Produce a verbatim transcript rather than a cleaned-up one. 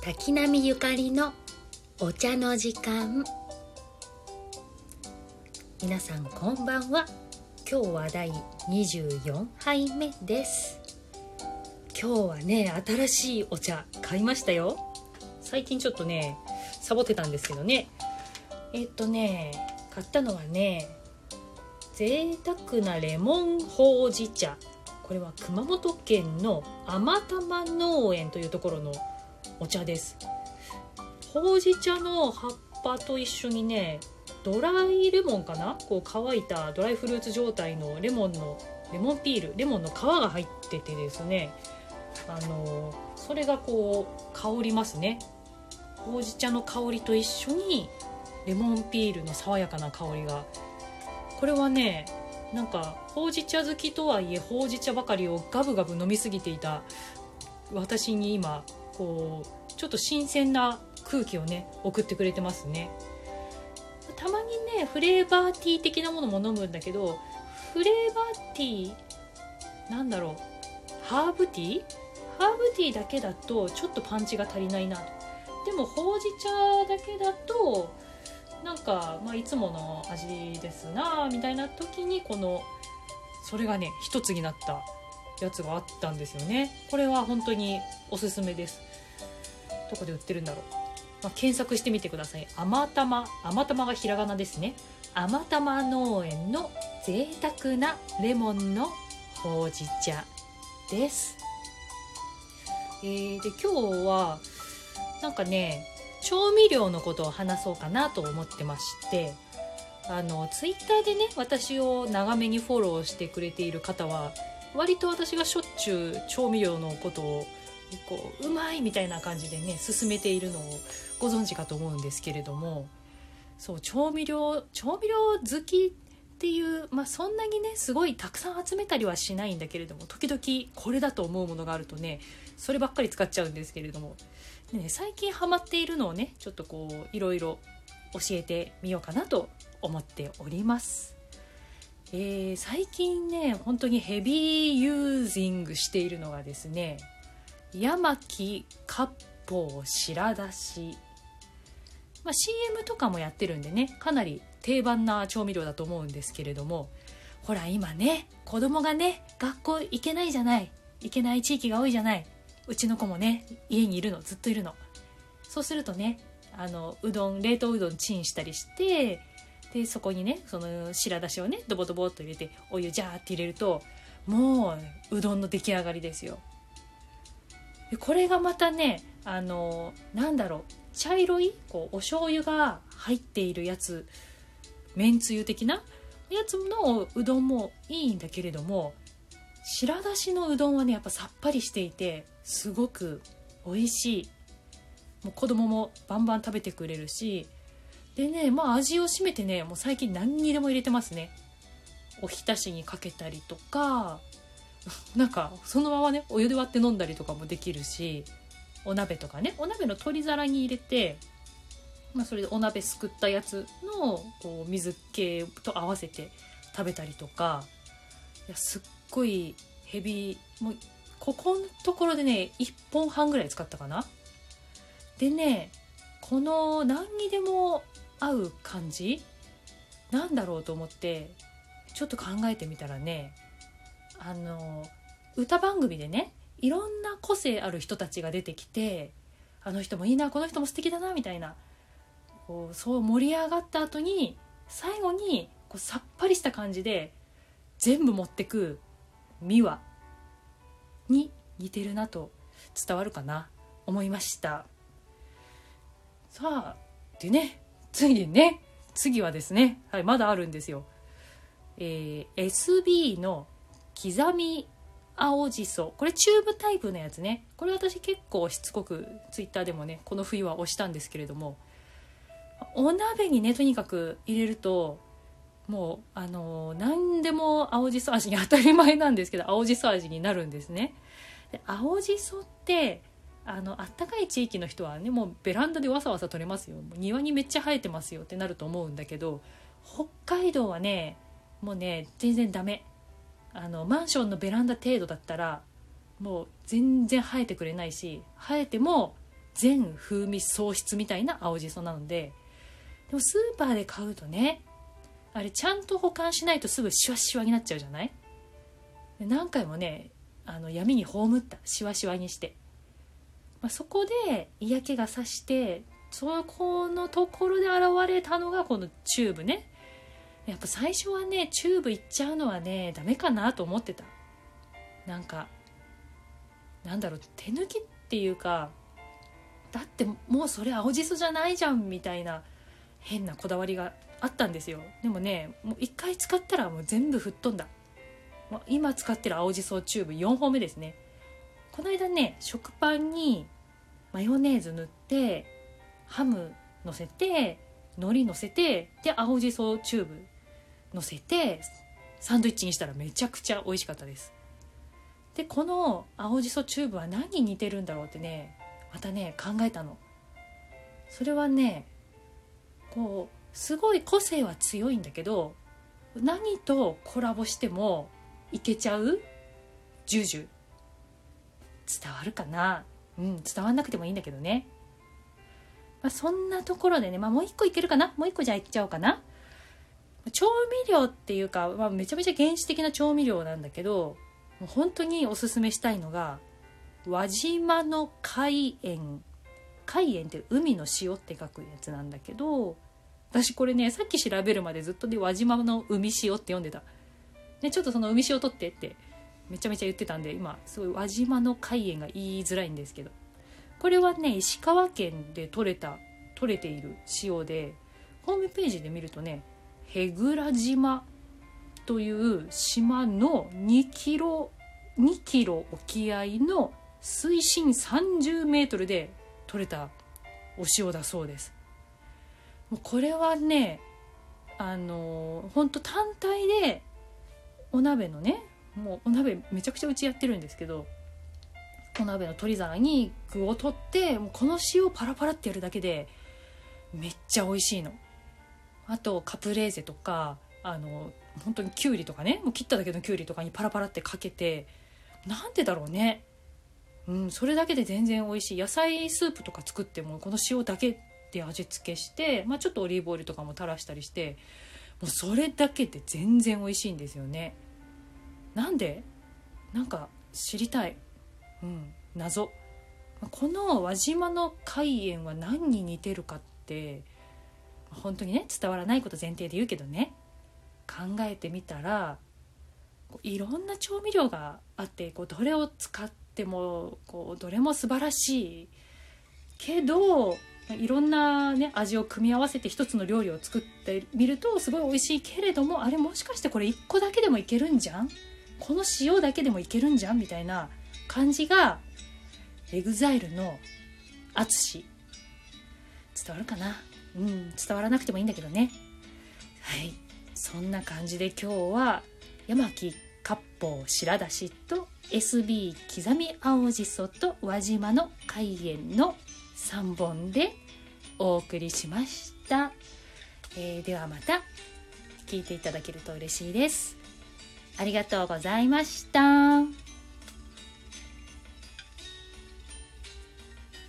滝波ゆかりのお茶の時間。皆さんこんばんは。今日は第にじゅうよんはいめです。今日はね、新しいお茶買いましたよ。最近ちょっとねサボってたんですけどね。えっとね買ったのはね、贅沢なレモンほうじ茶。これは熊本県の甘玉農園というところのお茶です。ほうじ茶の葉っぱと一緒にね、ドライレモンかな、こう乾いたドライフルーツ状態のレモンのレモンピール、レモンの皮が入っててですね、あのそれがこう香りますね。ほうじ茶の香りと一緒にレモンピールの爽やかな香りが、これはね、なんかほうじ茶好きとはいえほうじ茶ばかりをガブガブ飲みすぎていた私に今こうちょっと新鮮な空気をね送ってくれてますね。たまにねフレーバーティー的なものも飲むんだけど、フレーバーティーなんだろう、ハーブティーハーブティーだけだとちょっとパンチが足りないなと。でもほうじ茶だけだとなんか、まあ、いつもの味ですなみたいな時に、このそれがね一つになったやつがあったんですよね。これは本当におすすめです。どこで売ってるんだろう、まあ、検索してみてください。甘玉、甘玉がひらがなですね。甘玉農園の贅沢なレモンのほうじ茶です。えー、で今日はなんかね調味料のことを話そうかなと思ってまして、あのツイッターでね私を長めにフォローしてくれている方は割と私がしょっちゅう調味料のことをこううまいみたいな感じでね進めているのをご存知かと思うんですけれども、そう調味料調味料好きっていう、まあそんなにねすごいたくさん集めたりはしないんだけれども、時々これだと思うものがあるとねそればっかり使っちゃうんですけれども、でね、最近ハマっているのをねちょっとこういろいろ教えてみようかなと思っております。えー、最近ね本当にヘビーユージングしているのがですね、ヤマキ割烹白だし、まあ、シーエム とかもやってるんでねかなり定番な調味料だと思うんですけれども、ほら今ね子供がね学校行けないじゃない、行けない地域が多いじゃない。うちの子もね家にいるの、ずっといるの。そうするとねあのうどん冷凍うどんチンしたりして、でそこにねその白だしをねドボドボっと入れてお湯ジャーって入れるともううどんの出来上がりですよ。でこれがまたねあのなんだろう、茶色いこうお醤油が入っているやつ、めんつゆ的なやつのうどんもいいんだけれども、白だしのうどんはねやっぱさっぱりしていてすごく美味しい。もう子供もバンバン食べてくれるし、でねまあ味を占めてねもう最近何にでも入れてますね。おひたしにかけたりとか、なんかそのままねお湯で割って飲んだりとかもできるし、お鍋とかね、お鍋の取り皿に入れて、まあ、それでお鍋すくったやつのこう水気と合わせて食べたりとか、いやすっごいヘビー、もうここのところでねいっぽんはんぐらい使ったかな。でねこの何にでも合う感じなんだろうと思ってちょっと考えてみたらね、あの歌番組でねいろんな個性ある人たちが出てきて、あの人もいいな、この人も素敵だなみたいな、こうそう盛り上がった後に最後にこうさっぱりした感じで全部持ってくミワに似てるなと伝わるかな思いました。さあでね次にね次はですね、はい、まだあるんですよ。えー、エスビー の刻み青じそ、これチューブタイプのやつね。これ私結構しつこくツイッターでもねこの冬は押したんですけれども、お鍋にねとにかく入れるともうあのー、何でも青じそ味に当たり前なんですけど青じそ味になるんですね。で青じそってあのあったかい地域の人はねもうベランダでわさわさ取れますよ、庭にめっちゃ生えてますよってなると思うんだけど、北海道はねもうね全然ダメ。あのマンションのベランダ程度だったらもう全然生えてくれないし、生えても全風味喪失みたいな青じそなので、でもスーパーで買うとね、あれちゃんと保管しないとすぐシワシワになっちゃうじゃない。で何回もねあの闇に葬った、シワシワにして、まあ、そこで嫌気がさして、そこのところで現れたのがこのチューブね。やっぱ最初はねチューブいっちゃうのはねダメかなと思ってた。なんかなんだろう、手抜きっていうか、だってもうそれ青じそじゃないじゃんみたいな変なこだわりがあったんですよ。でもねもう一回使ったらもう全部吹っ飛んだ。もう今使ってる青じそチューブよんほんめですね。この間ね食パンにマヨネーズ塗ってハム乗せて海苔乗せてで青じそチューブ乗せてサンドイッチにしたらめちゃくちゃ美味しかったです。でこの青じそチューブは何に似てるんだろうってねまたね考えたの。それはねこうすごい個性は強いんだけど、何とコラボしてもいけちゃうジュジュ、伝わるかな。うん伝わんなくてもいいんだけどね。まあ、そんなところでね、まあ、もう一個いけるかな。もう一個じゃあいっちゃおうかな。調味料っていうか、まあ、めちゃめちゃ原始的な調味料なんだけど、もう本当におすすめしたいのが輪島の海塩。海塩って海の塩って書くやつなんだけど、私これねさっき調べるまでずっとで輪島の海塩って読んでた、ね、ちょっとその海塩取ってってめちゃめちゃ言ってたんで、今すごい輪島の海塩が言いづらいんですけど、これはね石川県で取れた取れている塩で、ホームページで見るとね舳倉島という島のにキロにキロ沖合の水深さんじゅうメートルで取れたお塩だそうです。もうこれはねあのほんと単体でお鍋のね、もうお鍋めちゃくちゃうちやってるんですけど、お鍋の取り皿に具を取ってもうこの塩パラパラってやるだけでめっちゃ美味しいの。あとカプレーゼとかあの本当にキュウリとかね、もう切っただけのキュウリとかにパラパラってかけて、なんでだろうね、うん、それだけで全然美味しい。野菜スープとか作ってもこの塩だけで味付けして、まあ、ちょっとオリーブオイルとかも垂らしたりして、もうそれだけで全然美味しいんですよね。なんでなんか知りたい、うん、謎。この輪島の海塩は何に似てるかって本当にね伝わらないこと前提で言うけどね、考えてみたらいろんな調味料があって、こうどれを使ってもこうどれも素晴らしいけど、いろんな、ね、味を組み合わせて一つの料理を作ってみるとすごい美味しいけれども、あれもしかしてこれいっこだけでもいけるんじゃん、この塩だけでもいけるんじゃんみたいな感じがエグザイルの淳、伝わるかな。うん、伝わらなくてもいいんだけどね。はい、そんな感じで今日は山木割烹白だしと エスビー 刻み青じそと輪島の海塩のさんぼんでお送りしました。えー、ではまた聞いていただけると嬉しいです。ありがとうございました。